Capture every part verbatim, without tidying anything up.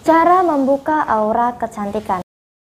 Cara membuka aura kecantikan.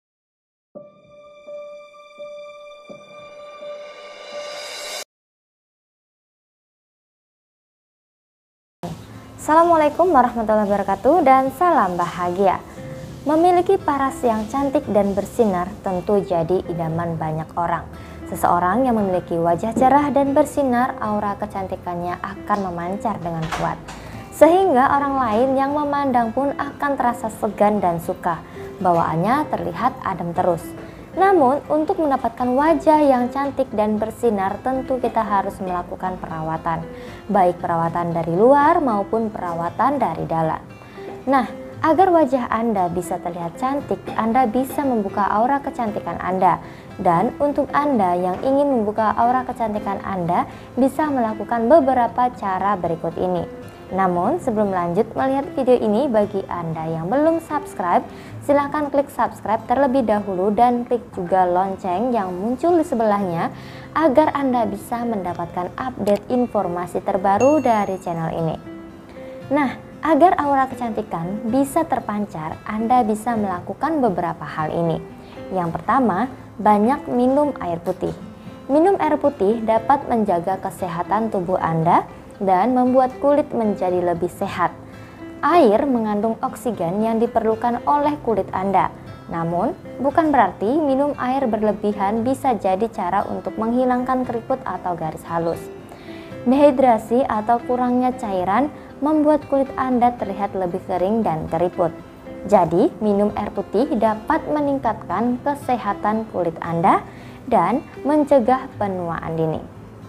Assalamualaikum warahmatullahi wabarakatuh dan salam bahagia. Memiliki paras yang cantik dan bersinar tentu jadi idaman banyak orang. Seseorang yang memiliki wajah cerah dan bersinar, aura kecantikannya akan memancar dengan kuat. Sehingga orang lain yang memandang pun akan terasa segan dan suka. Bawaannya terlihat adem terus. Namun untuk mendapatkan wajah yang cantik dan bersinar tentu kita harus melakukan perawatan. Baik perawatan dari luar maupun perawatan dari dalam. Nah, agar wajah Anda bisa terlihat cantik, Anda bisa membuka aura kecantikan Anda. Dan untuk Anda yang ingin membuka aura kecantikan Anda, bisa melakukan beberapa cara berikut ini. Namun sebelum lanjut melihat video ini, bagi Anda yang belum subscribe, silahkan klik subscribe terlebih dahulu dan klik juga lonceng yang muncul di sebelahnya agar Anda bisa mendapatkan update informasi terbaru dari channel ini. Nah, agar aura kecantikan bisa terpancar, Anda bisa melakukan beberapa hal ini. Yang pertama, banyak minum air putih. Minum air putih dapat menjaga kesehatan tubuh Anda dan membuat kulit menjadi lebih sehat. Air mengandung oksigen yang diperlukan oleh kulit Anda. Namun, bukan berarti minum air berlebihan bisa jadi cara untuk menghilangkan keriput atau garis halus. Dehidrasi atau kurangnya cairan membuat kulit Anda terlihat lebih kering dan keriput. Jadi, minum air putih dapat meningkatkan kesehatan kulit Anda dan mencegah penuaan dini.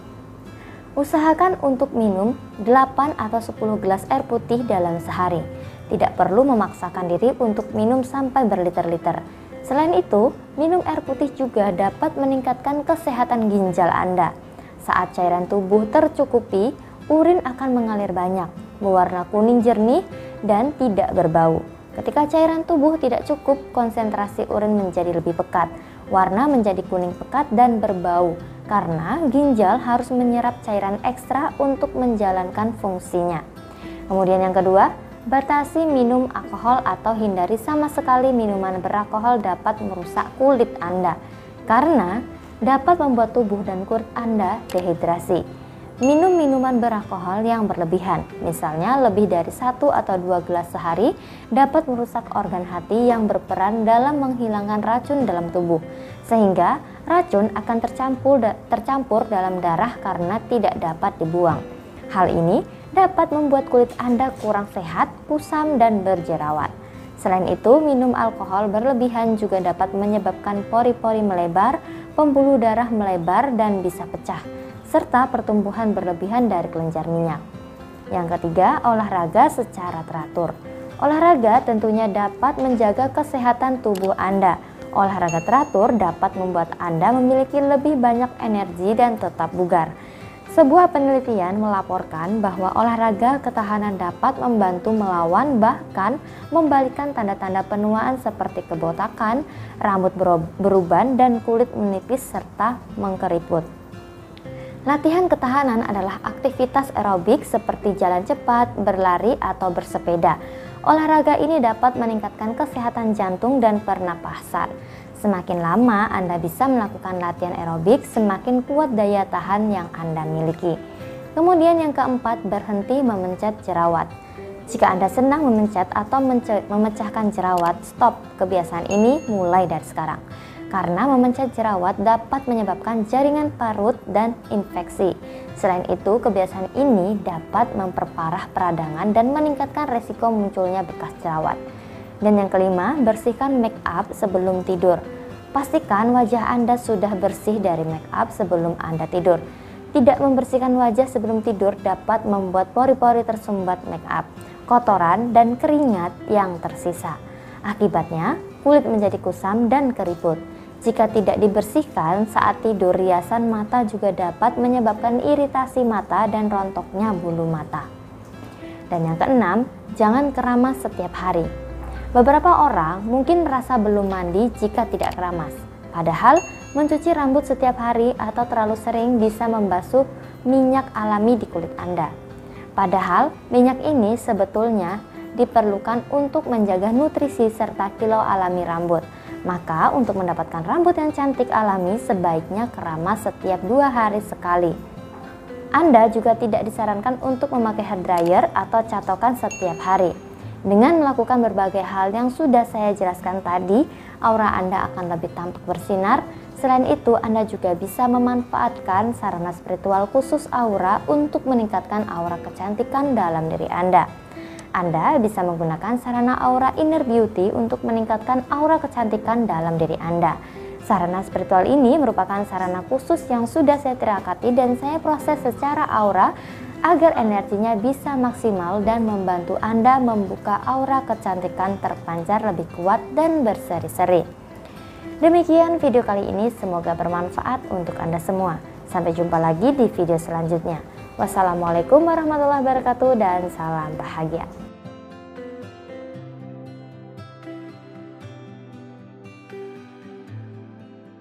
Usahakan untuk minum delapan atau sepuluh gelas air putih dalam sehari. Tidak perlu memaksakan diri untuk minum sampai berliter-liter. Selain itu, minum air putih juga dapat meningkatkan kesehatan ginjal Anda. Saat cairan tubuh tercukupi, urin akan mengalir banyak, berwarna kuning jernih dan tidak berbau. Ketika cairan tubuh tidak cukup, konsentrasi urin menjadi lebih pekat. Warna menjadi kuning pekat dan berbau karena ginjal harus menyerap cairan ekstra untuk menjalankan fungsinya. Kemudian yang kedua, batasi minum alkohol atau hindari sama sekali minuman beralkohol dapat merusak kulit Anda karena dapat membuat tubuh dan kulit Anda dehidrasi. Minum minuman beralkohol yang berlebihan, misalnya lebih dari satu atau dua gelas sehari, dapat merusak organ hati yang berperan dalam menghilangkan racun dalam tubuh, sehingga racun akan tercampur, tercampur dalam darah karena tidak dapat dibuang. Hal ini dapat membuat kulit Anda kurang sehat, kusam, dan berjerawat. Selain itu, minum alkohol berlebihan juga dapat menyebabkan pori-pori melebar, pembuluh darah melebar dan bisa pecah, serta pertumbuhan berlebihan dari kelenjar minyak. Yang ketiga, olahraga secara teratur. Olahraga tentunya dapat menjaga kesehatan tubuh Anda. Olahraga teratur dapat membuat Anda memiliki lebih banyak energi dan tetap bugar. Sebuah penelitian melaporkan bahwa olahraga ketahanan dapat membantu melawan bahkan membalikkan tanda-tanda penuaan seperti kebotakan, rambut beruban, dan kulit menipis serta mengkeriput. Latihan ketahanan adalah aktivitas aerobik seperti jalan cepat, berlari, atau bersepeda. Olahraga ini dapat meningkatkan kesehatan jantung dan pernapasan. Semakin lama Anda bisa melakukan latihan aerobik, semakin kuat daya tahan yang Anda miliki. Kemudian yang keempat, berhenti memencet jerawat. Jika Anda senang memencet atau memecahkan jerawat, stop kebiasaan ini mulai dari sekarang. Karena memencet jerawat dapat menyebabkan jaringan parut dan infeksi. Selain itu, kebiasaan ini dapat memperparah peradangan dan meningkatkan resiko munculnya bekas jerawat. Dan yang kelima, bersihkan make up sebelum tidur. Pastikan wajah Anda sudah bersih dari make up sebelum Anda tidur. Tidak membersihkan wajah sebelum tidur dapat membuat pori-pori tersumbat make up, kotoran, dan keringat yang tersisa. Akibatnya, kulit menjadi kusam dan keriput. Jika tidak dibersihkan saat tidur, riasan mata juga dapat menyebabkan iritasi mata dan rontoknya bulu mata. Dan yang keenam, jangan keramas setiap hari. Beberapa orang mungkin merasa belum mandi jika tidak keramas. Padahal, mencuci rambut setiap hari atau terlalu sering bisa membasuh minyak alami di kulit Anda. Padahal, minyak ini sebetulnya diperlukan untuk menjaga nutrisi serta kilau alami rambut. Maka untuk mendapatkan rambut yang cantik alami sebaiknya keramas setiap dua hari sekali. Anda juga tidak disarankan untuk memakai hair dryer atau catokan setiap hari. Dengan melakukan berbagai hal yang sudah saya jelaskan tadi, aura Anda akan lebih tampak bersinar. Selain itu, Anda juga bisa memanfaatkan sarana spiritual khusus aura untuk meningkatkan aura kecantikan dalam diri Anda. Anda bisa menggunakan sarana aura inner beauty untuk meningkatkan aura kecantikan dalam diri Anda. Sarana spiritual ini merupakan sarana khusus yang sudah saya tirakati dan saya proses secara aura agar energinya bisa maksimal dan membantu Anda membuka aura kecantikan terpancar lebih kuat dan berseri-seri. Demikian video kali ini, semoga bermanfaat untuk Anda semua. Sampai jumpa lagi di video selanjutnya. Wassalamualaikum warahmatullahi wabarakatuh dan salam bahagia.